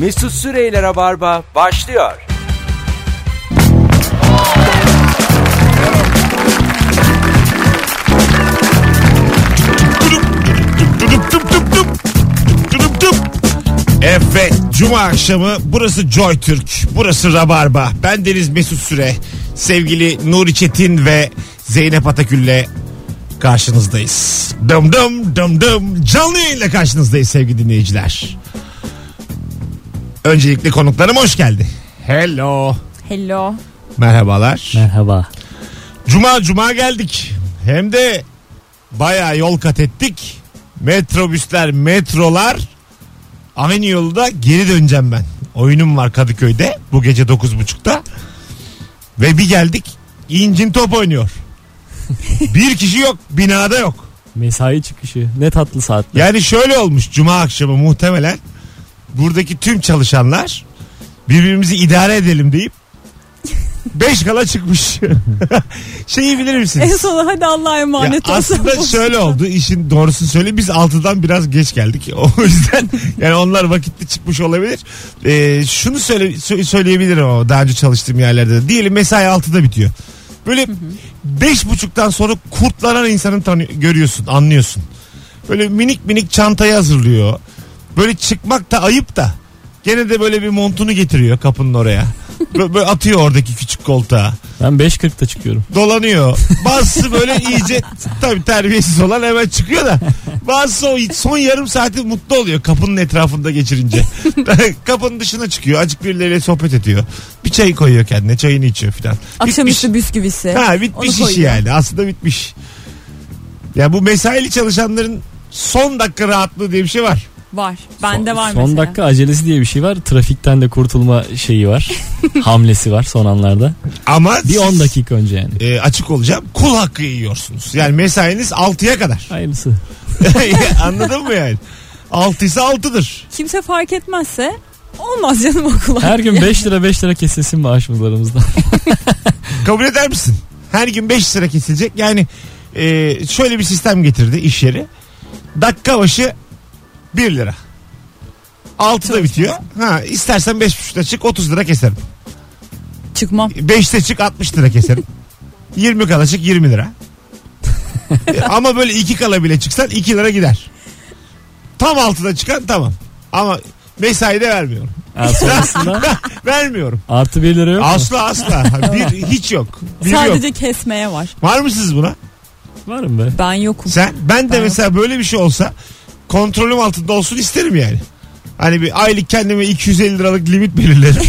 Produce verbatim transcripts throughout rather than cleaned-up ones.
Mesut Süreyle Rabarba başlıyor. Evet, Cuma akşamı, burası Joy Türk, burası Rabarba. Ben Deniz Mesut Süre, sevgili Nuri Çetin ve Zeynep Atakül'le karşınızdayız. Dım dım dım dım, canlı yayınla karşınızdayız sevgili dinleyiciler. Öncelikle konuklarım hoş geldi. Hello. Hello. Merhabalar. Merhaba. Cuma cuma geldik. Hem de bayağı yol kat ettik. Metrobüsler, metrolar. Aynı yolda geri döneceğim ben. Oyunum var Kadıköy'de bu gece dokuz buçukta. Ve bir geldik, incin top oynuyor. Bir kişi yok, binada yok. Mesai çıkışı. Ne tatlı saatler. Yani şöyle olmuş Cuma akşamı muhtemelen. Buradaki tüm çalışanlar birbirimizi idare edelim deyip beş kala çıkmış. Şeyi bilir misiniz? En sona hadi Allah'a emanet ya olsun. aslında şöyle oldu, işin doğrusunu söyleyeyim, biz altıdan biraz geç geldik. O yüzden yani onlar vakitli çıkmış olabilir. Ee, şunu söyle, söyleyebilirim ama daha önce çalıştığım yerlerde de. Diyelim mesai altıda bitiyor. Böyle beş buçuktan sonra kurtlanan insanı tanı- görüyorsun, anlıyorsun. Böyle minik minik çantayı hazırlıyor. Böyle çıkmak da ayıp da. Gene de böyle bir montunu getiriyor kapının oraya. Böyle atıyor oradaki küçük koltuğa. Ben beş kırkta çıkıyorum. Dolanıyor. Bazısı böyle iyice tabii terbiyesiz olan hemen çıkıyor da. Bazısı o son yarım saati mutlu oluyor kapının etrafında geçirince. Kapının dışına çıkıyor. Azıcık birileriyle sohbet ediyor. Bir çay koyuyor kendine. Çayını içiyor filan. Akşamüstü bisküvisi. Ha, bitmiş işi yani. Aslında bitmiş. Ya bu mesaili çalışanların son dakika rahatlığı diye bir şey var. Var. Bende var son mesela. Son dakika acelesi diye bir şey var. Trafikten de kurtulma şeyi var. Hamlesi var son anlarda. Ama bir on dakika önce yani. E, açık olacağım. Kul hakkı yiyorsunuz. Yani mesainiz altıya kadar. Hayırlısı. Anladın mı yani? altı ise altıdır. Kimse fark etmezse olmaz canım okula. Her gün beş lira beş lira kesilsin maaşımızlarımızda. Kabul eder misin? Her gün beş lira kesilecek. Yani e, şöyle bir sistem getirdi iş yeri. Dakika başı bir lira. altıda çok bitiyor. Ha, istersen beş buçukta çık, otuz lira keserim. Çıkmam. beşte çık, altmış lira keserim. yirmi kala çık, yirmi lira. Ama böyle iki kala bile çıksan iki lira gider. Tam altıda çıkan tamam. Ama mesai de vermiyorum. Ha, sonrasında vermiyorum. Artı bir lira yok asla, mu? Asla asla. Bir hiç yok. Bir sadece yok. kesmeye var. Var mısınız buna? Varım be. Ben yokum. Sen, ben de ben mesela yokum. böyle bir şey olsa kontrolüm altında olsun isterim yani. Hani bir aylık kendime iki yüz elli liralık limit belirlerim.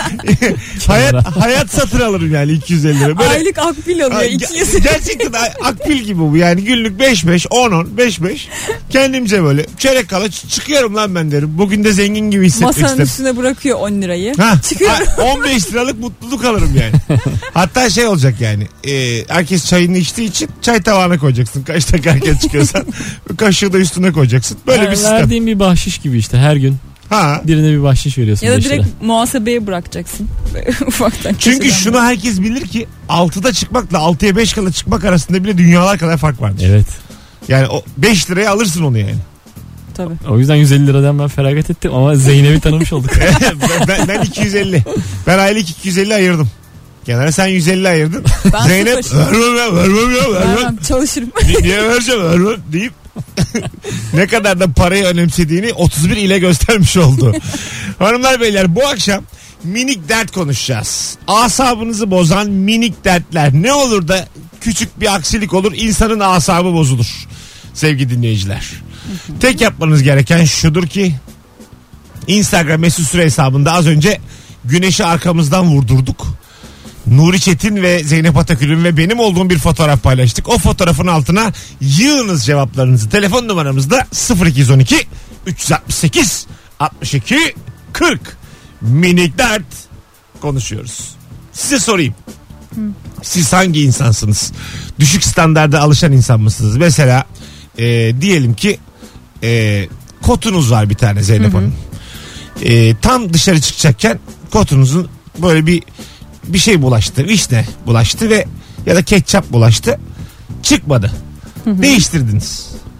hayat hayat satın alırım yani iki yüz elli lira. Böyle, aylık akbil alıyor iki yüz. Gerçekten akbil gibi bu yani, günlük beş beş on on beş beş kendimce böyle çeyrek kala çıkıyorum lan ben derim. Bugün de zengin gibi hissetmek Masanın isterim. üstüne bırakıyor on lirayı. Ha, çıkıyorum. on beş liralık mutluluk alırım yani. Hatta şey olacak yani, e, herkes çayını içtiği için çay tabağına koyacaksın. Kaç dakika erken çıkıyorsan kaşığı da üstüne koyacaksın. Böyle yani bir sistem. verdiğin bir bahşiş gibi işte her gün. Ha. Birine bir bahşiş veriyorsun. Ya da direkt muhasebeye bırakacaksın. Ufaktan. Çünkü köşeden. şunu herkes bilir ki altıda çıkmakla altıya beş kala çıkmak arasında bile dünyalar kadar fark vardır. Evet. Yani o beş liraya alırsın onu yani. Tabii. O yüzden yüz elli liradan ben feragat ettim ama Zeynep'i tanımış olduk. ben, ben, ben iki yüz elli. Ben aylık iki yüz elli ayırdım. Genelde sen yüz elli ayırdın. Ben Zeynep vermem ya vermem ya vermem. vermem. Çalışırım. Niye vereceğim vermem deyip ne kadar da parayı önemsediğini otuz bir ile göstermiş oldu. Hanımlar beyler, bu akşam minik dert konuşacağız. Asabınızı bozan minik dertler. Ne olur da küçük bir aksilik olur, insanın asabı bozulur. Sevgili dinleyiciler. Tek yapmanız gereken şudur ki Instagram Mesut Süre hesabında az önce güneşi arkamızdan vurdurduk. Nuri Çetin ve Zeynep Atakül'ün ve benim olduğum bir fotoğraf paylaştık. O fotoğrafın altına yığınız cevaplarınızı. Telefon numaramızda sıfır iki on iki üç altı sekiz altmış iki kırk. Minik dert konuşuyoruz. Size sorayım. Hı. Siz hangi insansınız? Düşük standarda alışan insan mısınız? Mesela e, diyelim ki e, kotunuz var bir tane Zeynep Hanım. E, tam dışarı çıkacakken kotunuzun böyle bir bir şey bulaştı. Vişne bulaştı ve ya da ketçap bulaştı. Çıkmadı. Hı hı. Değiştirdiniz.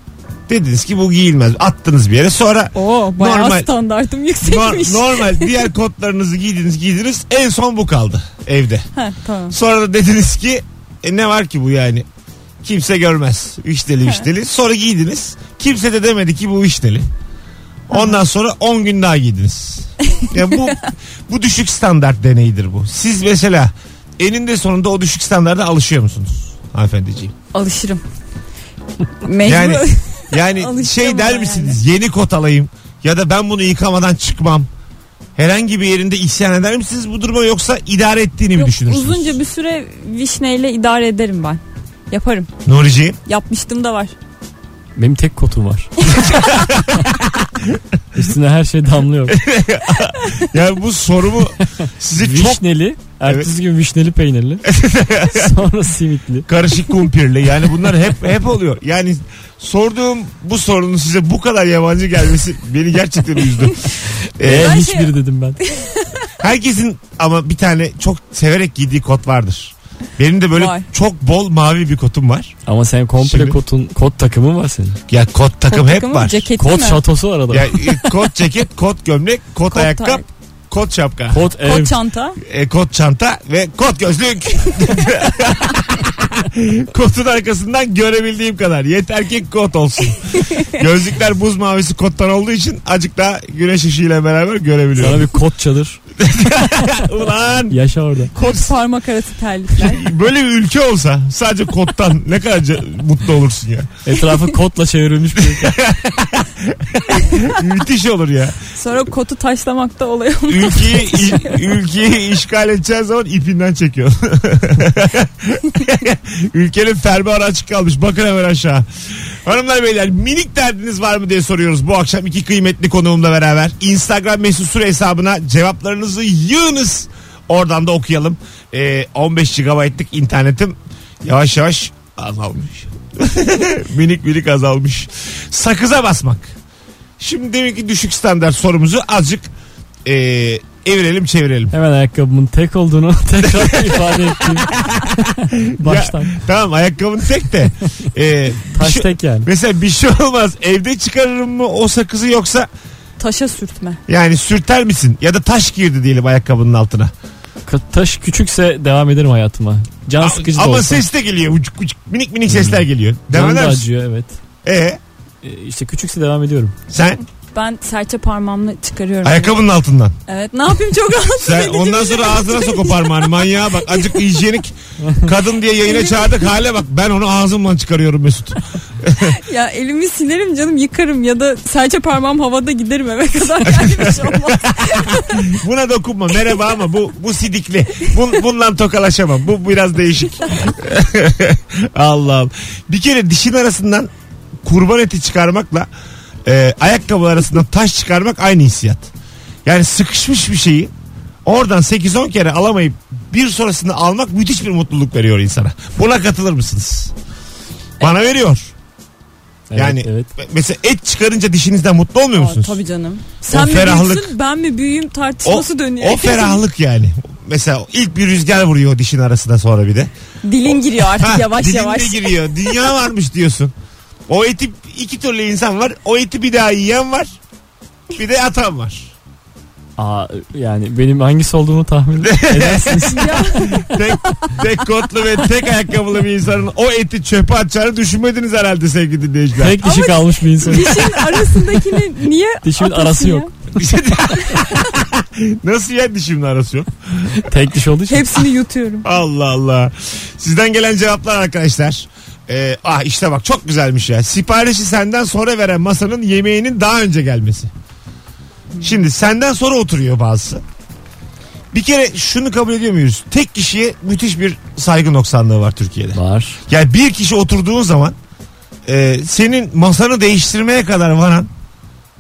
Dediniz ki bu giyilmez. Attınız bir yere. Sonra Oo, bayağı normal standartım nor- yüksekmiş. normal diğer kotlarınızı giydiniz giydiniz. En son bu kaldı evde. Ha, tamam. Sonra da dediniz ki e, ne var ki bu yani? Kimse görmez. Vişneli vişneli. Sonra giydiniz. Kimse de demedi ki bu vişneli. Ondan sonra on gün daha giydiniz. Ya bu bu düşük standart deneyidir bu. Siz mesela eninde sonunda o düşük standarda alışıyor musunuz hanımefendiciğim? Alışırım. Mecbur. Yani yani Alışacağım şey der ona misiniz? Yeni kot alayım ya da ben bunu yıkamadan çıkmam. Herhangi bir yerinde isyan eder misiniz bu duruma, yoksa idare ettiğini mi Yok, düşünürsünüz? uzunca bir süre vişneyle idare ederim ben. Yaparım. Nuriciğim. Yapmıştım da var. Benim tek kotum var. Üstüne her şey damlıyor. Yani bu sorumu size çok Vişneli, ertesi gün vişneli peynirli. Sonra simitli. karışık kumpirli, yani bunlar hep hep oluyor. Yani sorduğum bu sorunun size bu kadar yabancı gelmesi beni gerçekten üzdü. Ee, Ee, Ben hiçbiri şey- dedim ben. herkesin ama bir tane çok severek giydiği kot vardır. Benim de böyle Var. çok bol mavi bir kotum var. Ama sen komple Şimdi- kotun, kot takımı var senin. Ya kot takım Kot hep takımı, var. ceketi Kot mi? şatosu var adamın. Ya e, kot ceket, kot gömlek, kot, Kot ayakkabı, tay- kot şapka, Kot ev. Kot çanta. e, kot çanta ve kot gözlük. Kotun arkasından görebildiğim kadar. Yeter ki kot olsun. Gözlükler buz mavisi kottan olduğu için azıcık daha güneş ışığıyla beraber görebiliyorum. Sana bir kot çadır. Ulan Yaşa orada. Kot parmak arası terlikler. böyle bir ülke olsa sadece kottan ne kadar ce- mutlu olursun ya. Etrafı kotla çevrilmiş bir ülke. Müthiş olur ya. Sonra kotu taşlamakta olay olmaz. Ülkeyi, i- ülkeyi işgal edeceğin zaman ipinden çekiyor. Ülkenin fermuarı açık kalmış. Bakın hemen aşağı. Hanımlar beyler, minik derdiniz var mı diye soruyoruz bu akşam iki kıymetli konuğumla beraber. Instagram mesut süre hesabına cevaplarınızı yığınız. Oradan da okuyalım. Ee, on beş gigabaytlık internetim yavaş yavaş azalmış. minik minik azalmış. Sakıza basmak. Şimdi demek ki düşük standart sorumuzu azıcık e, evirelim çevirelim. Hemen ayakkabımın tek olduğunu tekrar ifade ettim. Baştan. Ya, tamam, ayakkabın tek de. E, bir Taş şey- tek yani. Mesela bir şey olmaz. Evde çıkarırım mı o sakızı, yoksa Taşa sürtme. yani sürter misin? Ya da taş girdi diyelim ayakkabının altına. K- Taş küçükse devam ederim hayatıma. Can sıkıcı da Ama olsa. ses de geliyor. Ucuk ucuk, minik minik sesler geliyor. Can Devam da eder misin? acıyor evet. E, Ee, işte küçükse devam ediyorum. sen Ben serçe parmağımla çıkarıyorum. ayakkabının altından. Evet, ne yapayım, çok rahatsız Sen edici. ondan sonra ağzına sok o parmağını. Manyağa bak. Azıcık hijyenik kadın diye yayına çağırdık. Hale bak. Ben onu ağzımla çıkarıyorum Mesut. Ya elimi silerim canım, yıkarım ya da serçe parmağım havada giderim eve kadar, yani bir şey olmaz. Buna dokunma. Merhaba ama bu bu sidikli. Bun, bundan tokalaşamam. Bu biraz değişik. Allah Allah. Bir kere dişin arasından kurban eti çıkarmakla e, ayakkabı arasından taş çıkarmak aynı hissiyat. Yani sıkışmış bir şeyi oradan sekiz on kere alamayıp bir sonrasını almak müthiş bir mutluluk veriyor insana. Buna katılır mısınız? Bana veriyor. Evet, Yani evet. mesela et çıkarınca dişinizden mutlu olmuyor Aa, musunuz? tabii canım. Sen mi ferahlık- büyüksün, ben mi büyüğüm tartışması O, dönüyor. o ferahlık yani. Mesela ilk bir rüzgar vuruyor o dişin arasına sonra bir de. Dilin giriyor artık Ha, yavaş dilinde yavaş. giriyor. Dünya varmış diyorsun. O eti, iki türlü insan var. O eti bir daha yiyen var. Bir de atan var. Aa, yani benim hangisi olduğumu tahmin edersiniz. Ya, Tek, tek kotlu ve tek ayakkabılı bir insanın o eti çöpe atacağını düşünmediniz herhalde sevgili dinleyiciler. Tek dişi kalmış bir insan. dişin arasındakini niye Dişimin atasın arası ya? yok. Nasıl ya dişimin arası yok? Tek diş olduğu için. Hepsini yutuyorum. Allah Allah. Sizden gelen cevaplar arkadaşlar. Ee, ah işte bak çok güzelmiş ya. Siparişi senden sonra veren masanın yemeğinin daha önce gelmesi. Şimdi senden sonra oturuyor bazısı. Bir kere şunu kabul ediyor muyuz? Tek kişiye müthiş bir saygı noksanlığı var Türkiye'de. Var. Yani bir kişi oturduğun zaman e, senin masanı değiştirmeye kadar varan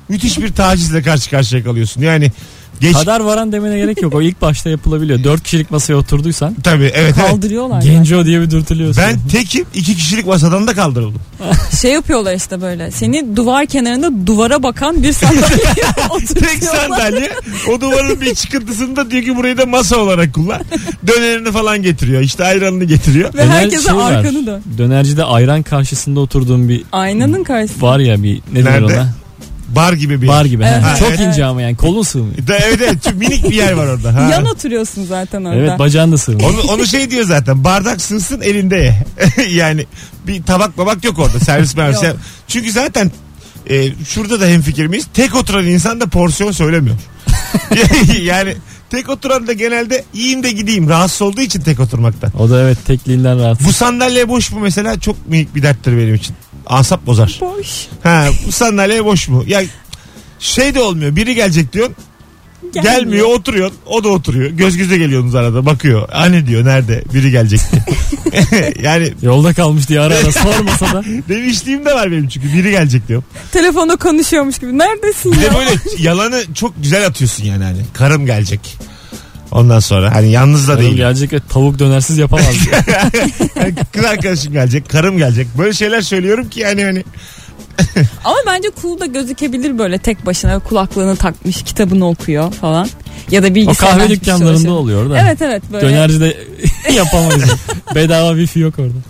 müthiş bir tacizle karşı karşıya kalıyorsun. Yani geç... Kadar varan demene gerek yok. O ilk başta yapılabiliyor. Dört kişilik masaya oturduysan. Tabii evet. evet. Kaldırıyorlar. Genco diye bir dürtülüyorsun. Ben tekim iki kişilik masadan da kaldırıldım. Şey yapıyorlar işte böyle. Seni duvar kenarında duvara bakan bir sandalyeye oturtuyorlar. Tek sandalye. O duvarın bir çıkıntısında diyor ki burayı da masa olarak kullan. Dönerini falan getiriyor. İşte ayranını getiriyor. Ve herkese şey var. arkanı dön. Dönercide ayran karşısında oturduğum bir Aynanın karşısında. var ya bir ne denir Nerede? ona? Bar gibi bir Bar gibi. Evet. Ha, çok Evet. ince ama yani kolun sığmıyor. Da, evet evet çok minik bir yer var orada. Ha. Yan oturuyorsun zaten orada. Evet, bacağın da sığmıyor. Onu, onu şey diyor zaten, bardak sığsın elinde ye. Yani bir tabak babak yok orada, servis mervis. Yok. Çünkü zaten e, şurada da hemfikir miyiz? Tek oturan insan da porsiyon söylemiyor. Yani tek oturan da genelde yiyeyim de gideyim, rahatsız olduğu için tek oturmaktan. O da evet tekliğinden rahatsız. Bu sandalye boş mu mesela, çok büyük bir derttir benim için. Asap bozar. Boş. Ha, bu sandalye boş mu? Ya şey de olmuyor, biri gelecek diyorsun. Gelmiyor. Gelmiyor, oturuyor. O da oturuyor. Göz göze geliyorsunuz arada, bakıyor. Anne diyor, nerede? Biri gelecekti. Yani Yolda kalmış diye ara ara sormasa da. demişliğim de var benim, çünkü biri gelecek diyor. Telefonda konuşuyormuş gibi. Neredesin Bir ya? de böyle yalanı çok güzel atıyorsun yani, hani karım gelecek. Ondan sonra hani yalnız da Oğlum değil. gelecek ve tavuk dönersiz yapamaz. Yani kız arkadaşım gelecek, karım gelecek. Böyle şeyler söylüyorum ki yani hani. Ama bence cool da gözükebilir böyle tek başına kulaklığını takmış, kitabını okuyor falan. Ya da O bilgisayardan kahve açmış dükkanlarında çalışıyor. oluyor da. Evet evet böyle. Dönercide yapamayız. Bedava wifi yok orada.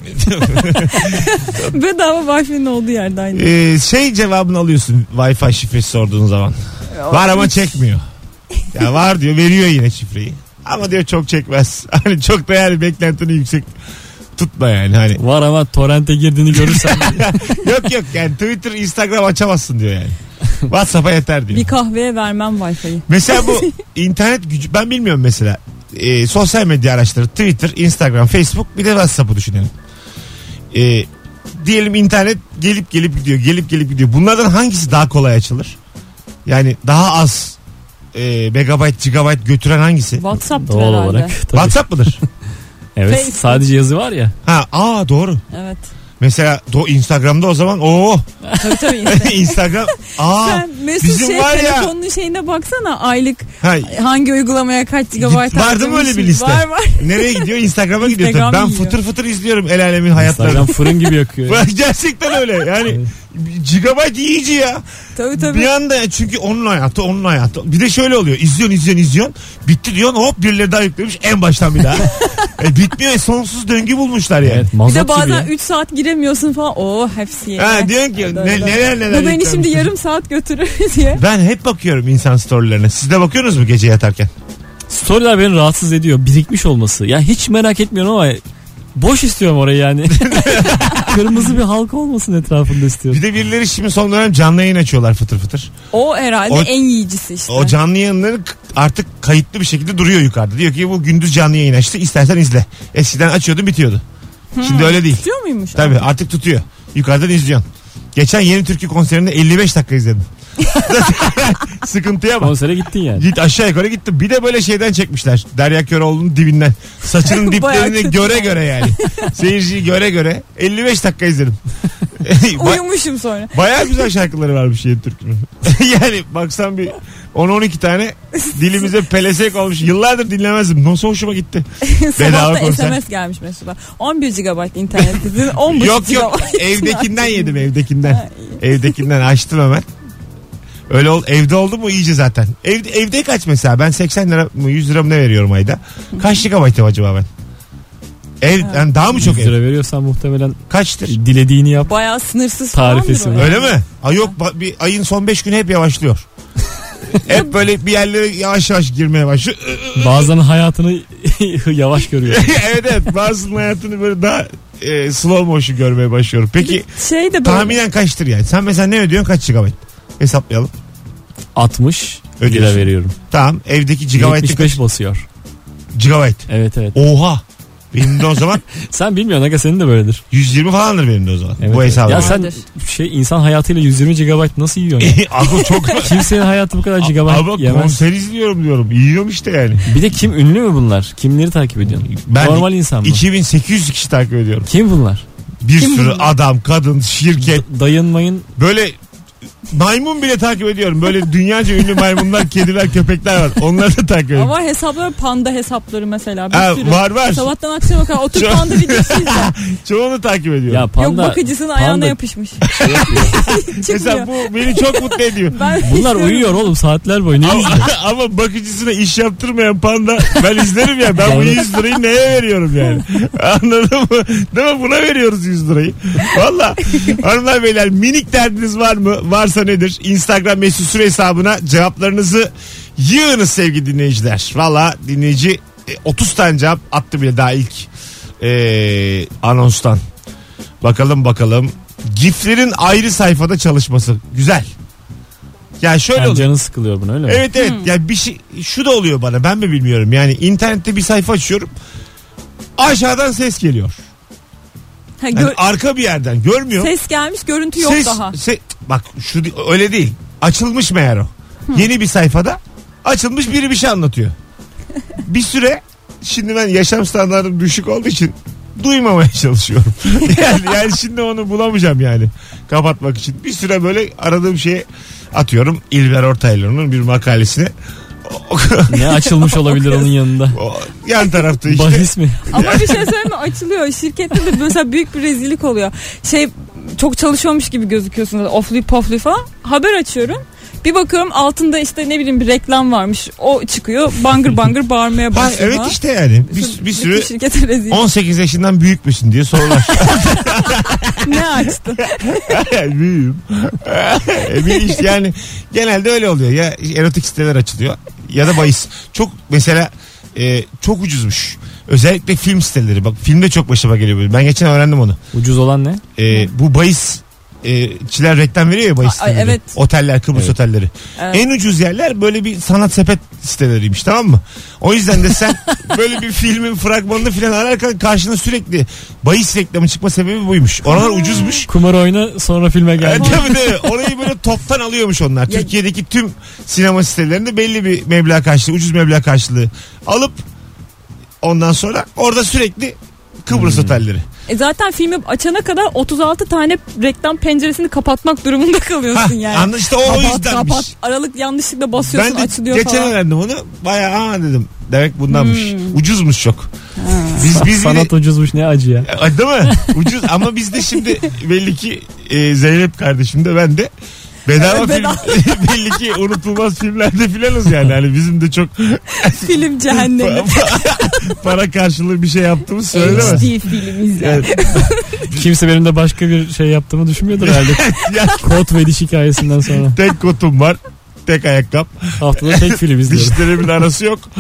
Bedava Wi-Fi'nin olduğu yerde aynı. Ee, şey cevabını alıyorsun Wi-Fi şifresi sorduğun zaman. Var ama çekmiyor. Ya var diyor, veriyor yine şifreyi. Ama diyor çok çekmez. Hani çok da yani beklentini yüksek tutma yani hani. Var ama torrente girdiğini görürsen. Yok yok yani Twitter, Instagram açamazsın diyor yani. WhatsApp'a yeter diyor. Bir kahveye vermem Wi-Fi'yi. Mesela bu internet gücü, ben bilmiyorum mesela. Ee, sosyal medya araçları Twitter, Instagram, Facebook, bir de WhatsApp'ı düşünelim. Ee, diyelim internet gelip gelip gidiyor, gelip gelip gidiyor. Bunlardan hangisi daha kolay açılır? Yani daha az e, megabyte, gigabyte götüren hangisi? WhatsApp'tır Doğal herhalde. olarak. Tabii. WhatsApp mıdır? Evet. Facebook. Sadece yazı var ya. Ha, aa doğru. Evet. Mesela do, Instagram'da o zaman o Tabii tabii. Insta. Instagram. Aa Sen Mesut bizim şey var ya. telefonun şeyine baksana aylık Ha, hangi uygulamaya kaç gigabayt vardı mı öyle bir liste? Var var. nereye gidiyor? Instagram'a gidiyor. Instagram Tabii. Ben yiyor. fıtır fıtır izliyorum el alemin hayatlarını. Instagram fırın gibi yakıyor. ya. Gerçekten öyle. Yani gigabyte yiyici ya. Tabii tabii. Bir anda ya, çünkü onun hayatı, onun hayatı. Bir de şöyle oluyor. İzliyorsun, izliyorsun, izliyorsun. Bitti diyorsun, hop birileri daha yüklemiş en baştan bir daha. e, bitmiyor. E, sonsuz döngü bulmuşlar yani. Evet, Bir mazot de gibi bazen ya. üç saat giremiyorsun falan. Oo hepsi yeni. Ha, diyorsun ki ne, neler neler. Bu beni yüklenmiş. şimdi yarım saat götürür diye. Ben hep bakıyorum insan storylerine. Siz de bakıyorsunuz mu gece yatarken? Storyler beni rahatsız ediyor. Birikmiş olması. Ya hiç merak etmiyorum ama boş istiyorum orayı yani. Kırmızı bir halka olmasın etrafında istiyorum. Bir de birileri şimdi son dönem canlı yayın açıyorlar fıtır fıtır. O herhalde O- en yiyicisi işte. O canlı yayınları k- artık kayıtlı bir şekilde duruyor yukarıda. Diyor ki bu gündüz canlı yayın açtı, istersen izle. Eskiden açıyordun, bitiyordu. Şimdi öyle değil. Tutuyor muymuş? Tabii artık tutuyor. Yukarıdan izliyorsun. Geçen Yeni Türkü konserinde elli beş dakika izledim. Sıkıntıya bak. Konsere gittin yani. Git aşağı yukarı gittim. Bir de böyle şeyden çekmişler. Derya Köroğlu'nun dibinden. Saçının Bayağı diplerini kötü göre yani. göre yani. Seyirciyi göre göre. elli beş dakika izledim. Ba- Uyumuşum sonra. Bayağı güzel şarkıları varmış Yeni Türkü'nün. Yani baksan bir on on iki tane dilimize pelesek olmuş. Yıllardır dinlemezdim. Nasıl hoşuma gitti. Bedava Sabah da konser. S M S gelmiş mesela. on bir gigabayt internet dedin. on buçuk Yok yok, gigabayt. evdekinden yedim, evdekinden. Ha, Evdekinden açtım hemen. Öyle ol, evde oldu mu iyice zaten. Ev, evde kaç mesela? Ben seksen lira mı yüz lira mı ne veriyorum ayda? Kaç gigabaytım acaba ben? Ev, yani daha mı çok yüz lira ev? veriyorsan muhtemelen Kaçtır? dilediğini yap. Bayağı sınırsız Tarifesi falandır o mi? yani. Öyle mi? Ay yok, ba- bir ayın son beş günü hep yavaşlıyor. Hep böyle bir yerlere yavaş yavaş girmeye başlıyor. Bazen hayatını yavaş görüyor. Evet evet, bazısının hayatını böyle daha e, slow motion görmeye başlıyorum. Peki Şey de böyle. tahminen kaçtır yani? Sen mesela ne ödüyorsun, kaç gigabayt? Hesaplayalım. altmış Ödüyorsun. lira veriyorum. Tamam, evdeki gigabaytı yetmiş beş basıyor. gigabayt. Evet evet. Oha. Benim de o zaman Sen bilmiyorsun aga, senin de böyledir. yüz yirmi falandır benim de o zaman. Evet, bu evet. hesabı. Ya sen Vardır. şey insan hayatıyla yüz yirmi gigabayt nasıl yiyorsun ya? Ako çok. Kimsenin hayatı bu kadar Ama gigabayt yemez. konser izliyorum diyorum. Yiyorum işte yani. Bir de kim ünlü mü bunlar? Kimleri takip ediyorsun? Ben Normal insan mı? iki bin sekiz yüz kişi takip ediyorum. Kim bunlar? Bir Kim sürü bunlar? adam, kadın, şirket. Dayınmayın. Böyle maymun bile takip ediyorum. Böyle dünyaca ünlü maymunlar, kediler, köpekler var. Onları da takip ediyorum. Ama hesapları panda hesapları mesela. Bir Ha, sürü. var var. Sabahtan akşama kadar otur Çok- panda videosu izle. Çoğunu takip ediyorum. Ya panda, Yok bakıcısının ayağına panda yapışmış. Mesela Çıkmıyor. bu beni çok mutlu ediyor. Ben bunlar izliyorum. uyuyor oğlum saatler boyu. Ne Ama, izliyor? ama bakıcısına iş yaptırmayan panda ben izlerim ya. Ben bu Doğru. yüz lirayı neye veriyorum yani? Anladın mı? Değil mi? Buna veriyoruz yüz lirayı. Valla. Hanımlar beyler, minik derdiniz var mı? Varsa nedir? Instagram mesut süre hesabına cevaplarınızı yığınız sevgili dinleyiciler. Valla dinleyici e, otuz tane cevap attı bile daha ilk e, anonstan. Bakalım bakalım. GIF'lerin ayrı sayfada çalışması. Güzel. Yani şöyle Yani oluyor. canın sıkılıyor buna öyle mi? Evet evet. Yani bir şey şu da oluyor bana. Ben mi bilmiyorum. Yani internette bir sayfa açıyorum. Aşağıdan ses geliyor. Ha, Yani gör- arka bir yerden görmüyorum. ses gelmiş görüntü yok Ses- daha. se- bak şu di- öyle değil. Açılmış meğer o. Yeni bir sayfada açılmış biri bir şey anlatıyor. Bir süre şimdi ben yaşam standartım düşük olduğu için duymamaya çalışıyorum. yani, yani şimdi onu bulamayacağım yani kapatmak için. Bir süre böyle aradığım şeye atıyorum. İlber Ortaylı'nın bir makalesine. Ne açılmış olabilir onun yanında? O yan tarafta işte. Bahis mi? Ama bir şey söyleyeyim mi? Açılıyor. Şirkette de mesela büyük bir rezillik oluyor. Şey çok çalışıyormuş gibi gözüküyorsunuz. Ofli pofli falan. Haber açıyorum. Bir bakıyorum altında işte ne bileyim bir reklam varmış. O çıkıyor. Bangır bangır bağırmaya Ha, başlıyor. evet işte yani. Bir, bir sürü Bütün şirkete rezil. on sekiz yaşından büyük müsün diye sorular. Ne açtı? Büyüğüm. E, bir iş yani genelde öyle oluyor. Ya erotik siteler açılıyor ya da bahis. Çok mesela e, çok ucuzmuş. Özellikle film siteleri. Bak filmde çok başıma geliyor böyle. Ben geçen öğrendim onu. Ucuz olan ne? E, bu bahis e, çiler reklam veriyor ya bahis Ay, siteleri. evet. Oteller, Kıbrıs Evet. otelleri. Evet. En ucuz yerler böyle bir sanat sepet siteleriymiş, tamam mı? O yüzden de sen böyle bir filmin fragmanını falan ararken karşına sürekli bahis reklamı çıkma sebebi buymuş. Oralar ucuzmuş. Kumar oyna sonra filme gel. Evet, tabii tabii. Orayı böyle toptan alıyormuş onlar. Ya- Türkiye'deki tüm sinema sitelerinde belli bir meblağ karşılığı, ucuz meblağ karşılığı alıp ondan sonra orada sürekli Kıbrıs Hmm. otelleri. E zaten filmi açana kadar otuz altı tane reklam penceresini kapatmak durumunda kalıyorsun Ha, yani. anla işte o, o Kapat yüzdenmiş. kapat. Aralık yanlışlıkla basıyorsun Ben de açılıyor geçen falan. öğrendim onu. Bayağı aa dedim. Demek bundanmış. Hmm. Ucuzmuş çok. Biz biz bile, Sanat ucuzmuş ne acı ya. Ay, değil mi? Ucuz ama biz de şimdi belli ki e, Zeynep kardeşim de ben de bedava Evet, film bedava. belli ki unutulmaz filmlerde filanız yani. Hani bizim de çok Film cehennemi. para karşılığı bir şey yaptığımız söylemez. H D film izle. Evet. Kimse benim de başka bir şey yaptığımı düşünmüyordur herhalde. Ya, Kod ve diş hikayesinden sonra. tek kotum var. Tek ayakkabı. Haftada tek film izliyorum. Dişlerimin arası yok.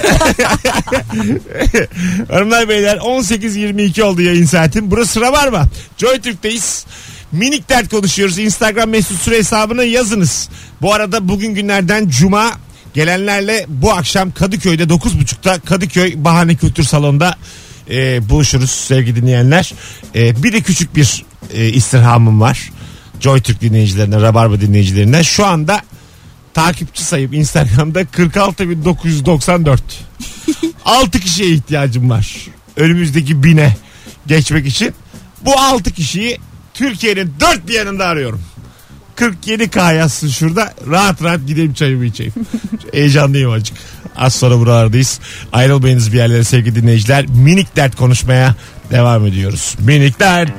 Hanımlar beyler on sekiz yirmi iki oldu yayın saatim. Burası Rabarba. Joy Türk'teyiz. Minik dert konuşuyoruz. Instagram mesut süre hesabına yazınız. Bu arada bugün günlerden cuma, gelenlerle bu akşam Kadıköy'de dokuz buçukta Kadıköy Bahane Kültür Salonu'nda e, buluşuruz sevgili dinleyenler. E, bir de küçük bir e, istirhamım var. Joy Türk dinleyicilerine, Rabarba dinleyicilerine. Şu anda takipçi sayıp Instagram'da kırk altı bin dokuz yüz doksan dört. altı kişiye ihtiyacım var. Önümüzdeki bine geçmek için. Bu altı kişiyi Türkiye'nin dört bir yanında arıyorum. kırk yedi K yazsın şurada. Rahat rahat gideyim çayımı içeyim. Heyecanlıyım azıcık. Az sonra buralardayız. Ayrılmayınız bir yerlere sevgili dinleyiciler. Minik dert konuşmaya devam ediyoruz. Minik dert.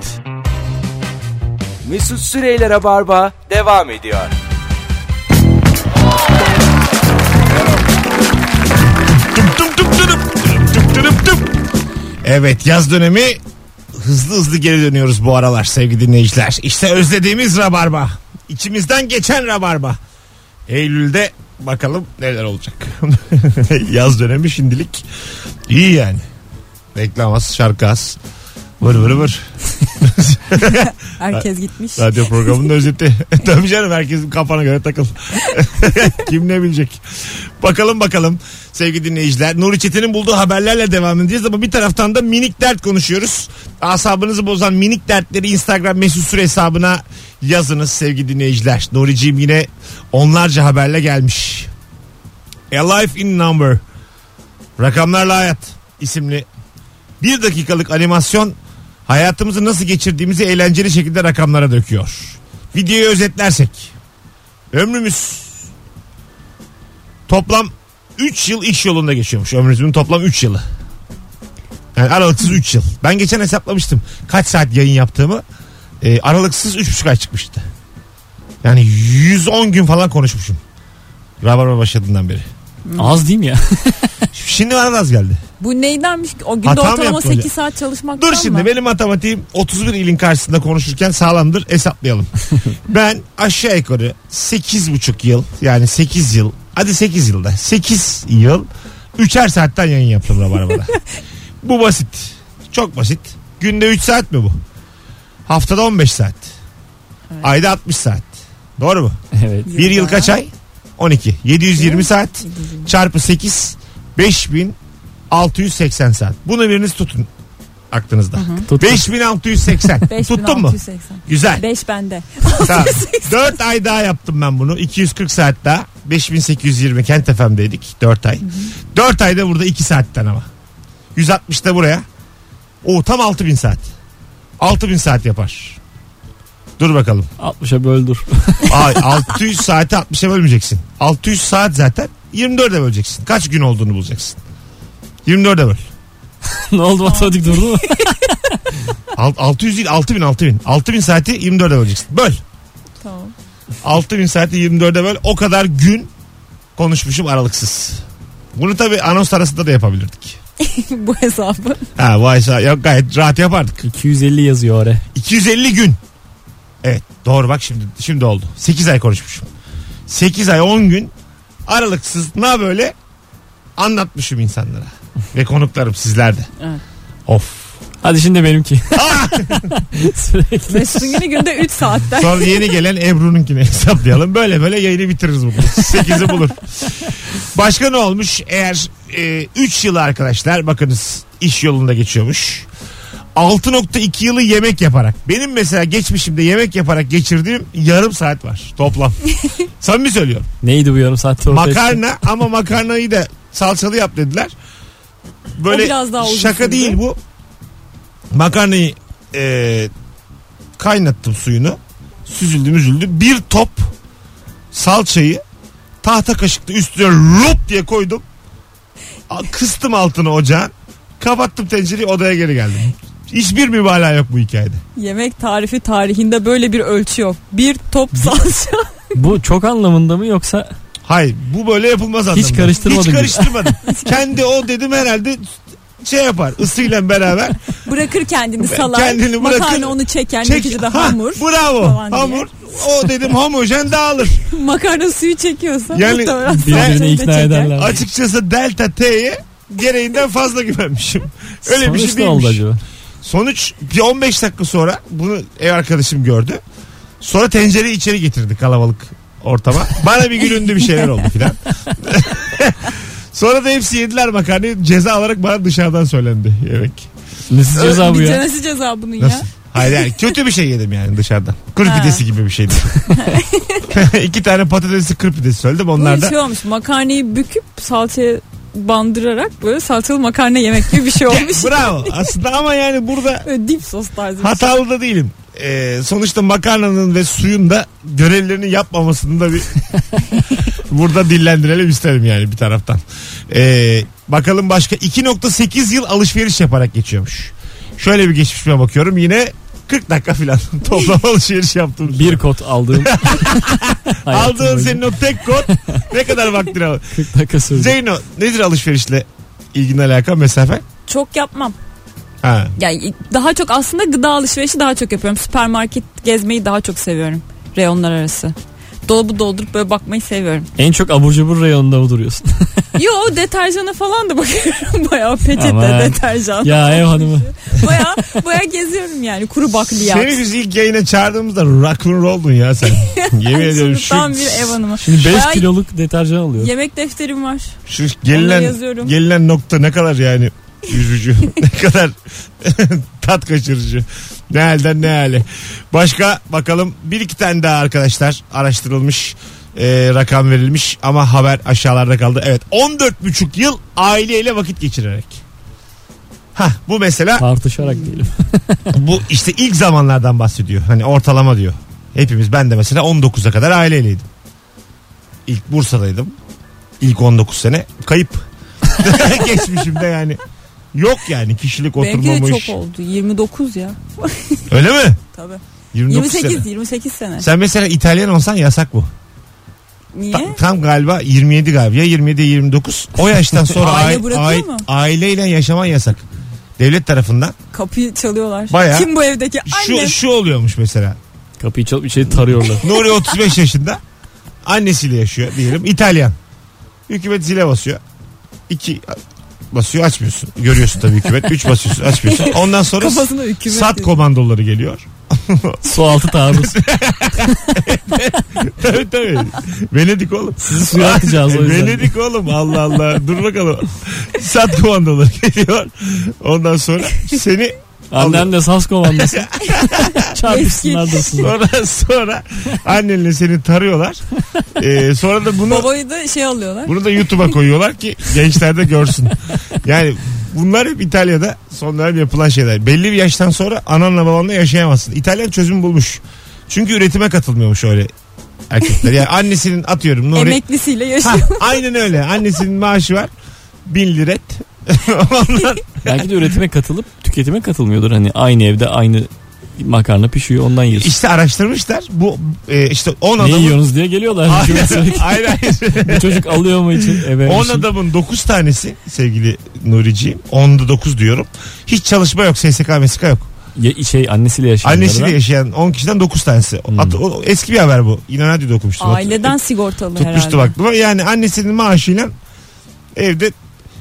Mesut Süreyler'e barba devam ediyor. Tum tum tum tum tum tum tum tum. Evet, yaz dönemi hızlı hızlı geri dönüyoruz bu aralar sevgili dinleyiciler. İşte özlediğimiz Rabarba. İçimizden geçen Rabarba. Eylül'de bakalım neler olacak. Yaz dönemi şimdilik iyi yani. Reklam az, şarkı az. Vır vır vır. Herkes gitmiş. Radyo programının özeti. Tabii canım, herkesin kafana göre takıl. Kim ne bilecek. Bakalım bakalım sevgili dinleyiciler. Nuri Çetin'in bulduğu haberlerle devam edeceğiz ama bir taraftan da minik dert konuşuyoruz. Asabınızı bozan minik dertleri Instagram mesut süre hesabına yazınız sevgili dinleyiciler. Nuri'ciğim yine onlarca haberle gelmiş. A Life in Number, Rakamlarla Hayat isimli bir dakikalık animasyon hayatımızı nasıl geçirdiğimizi eğlenceli şekilde rakamlara döküyor. Videoyu özetlersek Ömrümüz toplam üç yıl iş yolunda geçiyormuş. Ömrümüzün toplam üç yılı. Yani aralıksız üç yıl. Ben geçen hesaplamıştım. Kaç saat yayın yaptığımı. E, aralıksız üç buçuk ay çıkmıştı. Yani yüz on gün falan konuşmuşum. Rabarba başladığından beri. Az değil mi ya? Şimdi bana da az geldi. Bu neydenmiş? O günde Hata mı ortalama yaptı sekiz hocam? saat çalışmaktan Dur mı? şimdi benim matematiğim otuz bir ilin karşısında konuşurken sağlamdır, hesaplayalım. Ben aşağı yukarı sekiz buçuk yıl, yani sekiz yıl, hadi sekiz yılda sekiz yıl üçer saatten yayın yaptım Rabarba'da. Bu basit. Çok basit. Günde üç saat mi bu? Haftada on beş saat. Evet. Ayda altmış saat. Doğru mu? Evet. Bir yıl kaç ay? on iki. yedi yüz yirmi saat çarpı sekiz, beş bin altı yüz seksen saat. Bunu biriniz tutun aklınızda. Tuttum. beş bin altı yüz seksen. Tuttun mu? Güzel. beş bende. Tamam. dört ay daha yaptım ben bunu. iki yüz kırk saat daha. beş bin sekiz yüz yirmi Kent F M'deydik dört ay. dört ayda burada iki saatten ama. yüz altmış da buraya. O tam altı bin saat. altı bin saat yapar. Dur bakalım. altmışa böldür. Ay, altı yüz saati altmışa bölmeyeceksin. altı yüz saat zaten yirmi dörde böleceksin. Kaç gün olduğunu bulacaksın. yirmi dörde böl. Ne oldu, matematik durdu mu? altı yüz değil, altı bin altı bin. altı bin saati yirmi dörde böleceksin. Böl. Tamam. altı bin saati yirmi dörde böl. O kadar gün konuşmuşum aralıksız. Bunu tabii anons arasında da yapabilirdik. Bu hesabı. Ha vay sağ, ya gayet rahat yapardık. iki yüz elli yazıyor oraya. iki yüz elli gün. Evet doğru, bak şimdi şimdi oldu. sekiz ay konuşmuşum. sekiz ay on gün aralıksız ne böyle anlatmışım insanlara. Ve konuklarım sizler de. Evet. Of. Hadi şimdi benimki. Sürekli. Mesut'un yine günde üç saatten. Sonra yeni gelen Ebru'nunkini hesaplayalım. Böyle böyle yayını bitiririz bunu. sekizi bulur. Başka ne olmuş? Eğer üç e, yıl arkadaşlar bakınız iş yolunda geçiyormuş. altı nokta iki yılı yemek yaparak. Benim mesela geçmişimde yemek yaparak geçirdiğim yarım saat var toplam. Samimi söylüyorum. Neydi bu yarım saatte ortaya Makarna çıktı? Ama makarnayı da salçalı yap dediler. Böyle biraz daha uzun şaka sürdü. değil bu. Makarnayı e, kaynattım suyunu. Süzüldü müzüldü. Bir top salçayı tahta kaşıkla üstüne lup diye koydum. Kıstım altını ocağın. Kapattım tencereyi, odaya geri geldim. Hiçbir mübalağa yok bu hikayede. Yemek tarifi tarihinde böyle bir ölçü yok. Bir top salça. Bu çok anlamında mı yoksa? Hayır, bu böyle yapılmaz anlamında. Hiç karıştırmadın. Hiç karıştırmadım. Kendi o dedim herhalde şey yapar ısıyla beraber. Bırakır kendini salar. Kendini bırakır. Makarna onu çeker. Çek, Neticede ha, hamur. Bravo. Falan diye. Hamur. O dedim homojen dağılır. Makarna suyu çekiyorsa Yani muhtemelen birbirini salçayı da ikna çeker. ederler. Açıkçası delta T'ye gereğinden fazla güvenmişim. Öyle Sonuç bir şey ne oldu değilmiş. acaba? Sonuç bir on beş dakika sonra bunu ev arkadaşım gördü. Sonra tencereyi içeri getirdi kalabalık ortama. Bana bir gülündü, bir şeyler oldu filan. Sonra da hepsi yediler makarnayı. Ceza olarak bana dışarıdan söylendi yemek. Nasıl ceza bu Bir ya? nasıl ceza bunun Nasıl? ya? Hayır yani kötü bir şey yedim yani dışarıdan. Kır Ha. pidesi gibi bir şeydi. İki tane patatesli kır pidesi söyledim. Onlar Bu da şey olmuş, makarnayı büküp salçaya bandırarak böyle salçalı makarna yemek gibi bir şey olmuş. bravo aslında ama yani burada Böyle dip sos tarzı bir şey. hatalı da değilim. Ee, sonuçta makarnanın ve suyun da görevlerini yapmamasını da bir burada dillendirelim isterim yani bir taraftan. Ee, bakalım başka iki nokta sekiz yıl alışveriş yaparak geçiyormuş. Şöyle bir geçmişime bakıyorum, yine kırk dakika falan toplam alışveriş yaptım. Bir kod aldığım. Aldığın senin o tek kod ne kadar vaktini alır? kırk dakika sürdü. Zeyno, nedir alışverişle ilgin alakan, mesafe? Çok yapmam. Ha. Yani daha çok aslında gıda alışverişi daha çok yapıyorum. Süpermarket gezmeyi daha çok seviyorum. Reyonlar arası. Dolabı doldurup böyle bakmayı seviyorum. En çok abur cubur reyonunda mı duruyorsun? Yo, deterjana falan da bakıyorum. Bayağı peçete, Aman. deterjan. Ya ev hanımı. Bayağı, bayağı geziyorum yani, kuru bakliyat. Seni biz ilk yayına çağırdığımızda rock'n'roll'dun ya sen. Yemin ediyorum şu, Tam bir ev hanımı. Şimdi beş Bayağı kiloluk deterjan alıyor. yemek defterim var. şu Onları gelinen, yazıyorum. gelinen nokta ne kadar yani üzücü. Ne kadar tat kaçırıcı. Ne halden ne hale. Başka bakalım, bir iki tane daha arkadaşlar araştırılmış, e, rakam verilmiş ama haber aşağılarda kaldı. Evet, on dört buçuk yıl aileyle vakit geçirerek. Ha, bu mesela Tartışarak diyelim. bu işte ilk zamanlardan bahsediyor. Hani ortalama diyor. Hepimiz, ben de mesela on dokuza kadar aileyleydim. İlk Bursa'daydım. İlk on dokuz sene kayıp. Geçmişimde yani. Yok yani kişilik Benimki de oturmamış. çok oldu. yirmi dokuz ya. Öyle mi? Tabii. yirmi dokuz yirmi sekiz sene. yirmi sekiz sene. Sen mesela İtalyan olsan yasak bu. Niye? Ta- tam galiba yirmi yedi galiba. Ya yirmi yedi yirmi dokuz. O yaştan sonra Aile aile, bırakıyor aile, mu? aileyle yaşaman yasak. Devlet tarafından. Kapıyı çalıyorlar. Bayağı. Kim bu evdeki? Annem. Şu, şu oluyormuş mesela. Kapıyı çalıp içeri tarıyorlar. Nuri otuz beş yaşında. Annesiyle yaşıyor diyelim. İtalyan. Hükümet zile basıyor. İki basıyor açmıyorsun. Görüyorsun tabii hükümet. Üç basıyorsun açmıyorsun. Ondan sonra Kafasına hükümet sat dedi. komandoları geliyor. Su altı taarruz. Tabii tabii. Venedik oğlum. Sizi suya atacağız o yüzden. Venedik oğlum Allah Allah. Dur bakalım. Sat komandoları geliyor. Ondan sonra seni Annem de sas komandosu. Çarpışsınlar dursunlar. sonra sonra annenle seni tarıyorlar. Ee, sonra da bunu Babayı da şey alıyorlar. bunu da YouTube'a koyuyorlar ki gençler de görsün. Yani bunlar hep İtalya'da son dönem yapılan şeyler. Belli bir yaştan sonra ananla babanla yaşayamazsın. İtalyan çözüm bulmuş. Çünkü üretime katılmıyormuş öyle erkekler. Yani annesinin atıyorum Nuri. Emeklisiyle Ha, yaşıyor. aynen öyle. Annesinin maaşı var. Bin liret. Ondan Belki de üretime katılıp tüketime katılmıyordur. Hani aynı evde aynı makarna pişiyor ondan yiyorsun. işte araştırmışlar. Bu e, işte on Ne adamın yiyorsunuz diye geliyorlar. Hayır, Sürekli. hayır, hayır. Bu çocuk alıyor mu için eve? on adamın dokuz tanesi sevgili Nuriciğim. Onda dokuz diyorum. Hiç çalışma yok. S S K M S K yok. Ya, şey annesiyle yaşayan. Annesiyle yaşayan on kişiden dokuz tanesi. Hmm. At- o, eski bir haber bu. İnan Radyo'da okumuştum. Aileden sigortalı Tutmuştu herhalde. aklıma. Yani annesinin maaşıyla evde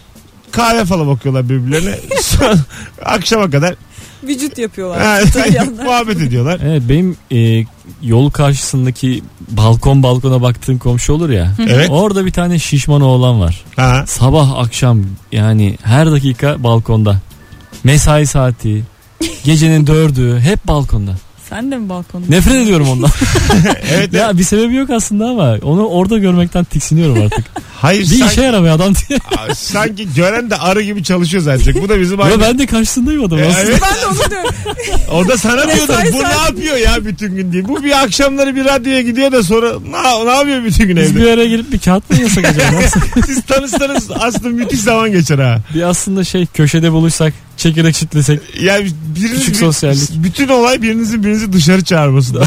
kahve falan bakıyorlar birbirlerine. Sonra akşama kadar Vücut yapıyorlar. ha, İtalyanlar. muhabbet ediyorlar. Evet benim e, yol karşısındaki balkon balkona baktığım komşu olur ya. Evet. Orada bir tane şişman oğlan var. Ha. Sabah akşam yani her dakika balkonda. Mesai saati, gecenin dördü hep balkonda. Sen de mi balkonda? Nefret ediyorum ondan. Evet. Ya bir sebebi yok aslında ama onu orada görmekten tiksiniyorum artık. Hayır Bir sanki, işe yaramıyor adam diye. sanki gören de arı gibi çalışıyor zaten. Bu da bizim Ya aynı. ben de karşısındayım adam E, aslında. evet. Ben de onu diyorum. O da sana diyordur. Mesai Bu ne saati. yapıyor ya bütün gün diye. Bu bir akşamları bir radyoya gidiyor da sonra ne, ne yapıyor bütün gün Biz evde? bir araya gelip bir kağıt mı yasak acaba? Nasıl? Siz tanışsanız aslında müthiş zaman geçer ha. Bir aslında şey köşede buluşsak, çekirdek çitlesek. Yani biriniz, Küçük bir- sosyallik. bütün olay birinizin birinizi dışarı çağırması.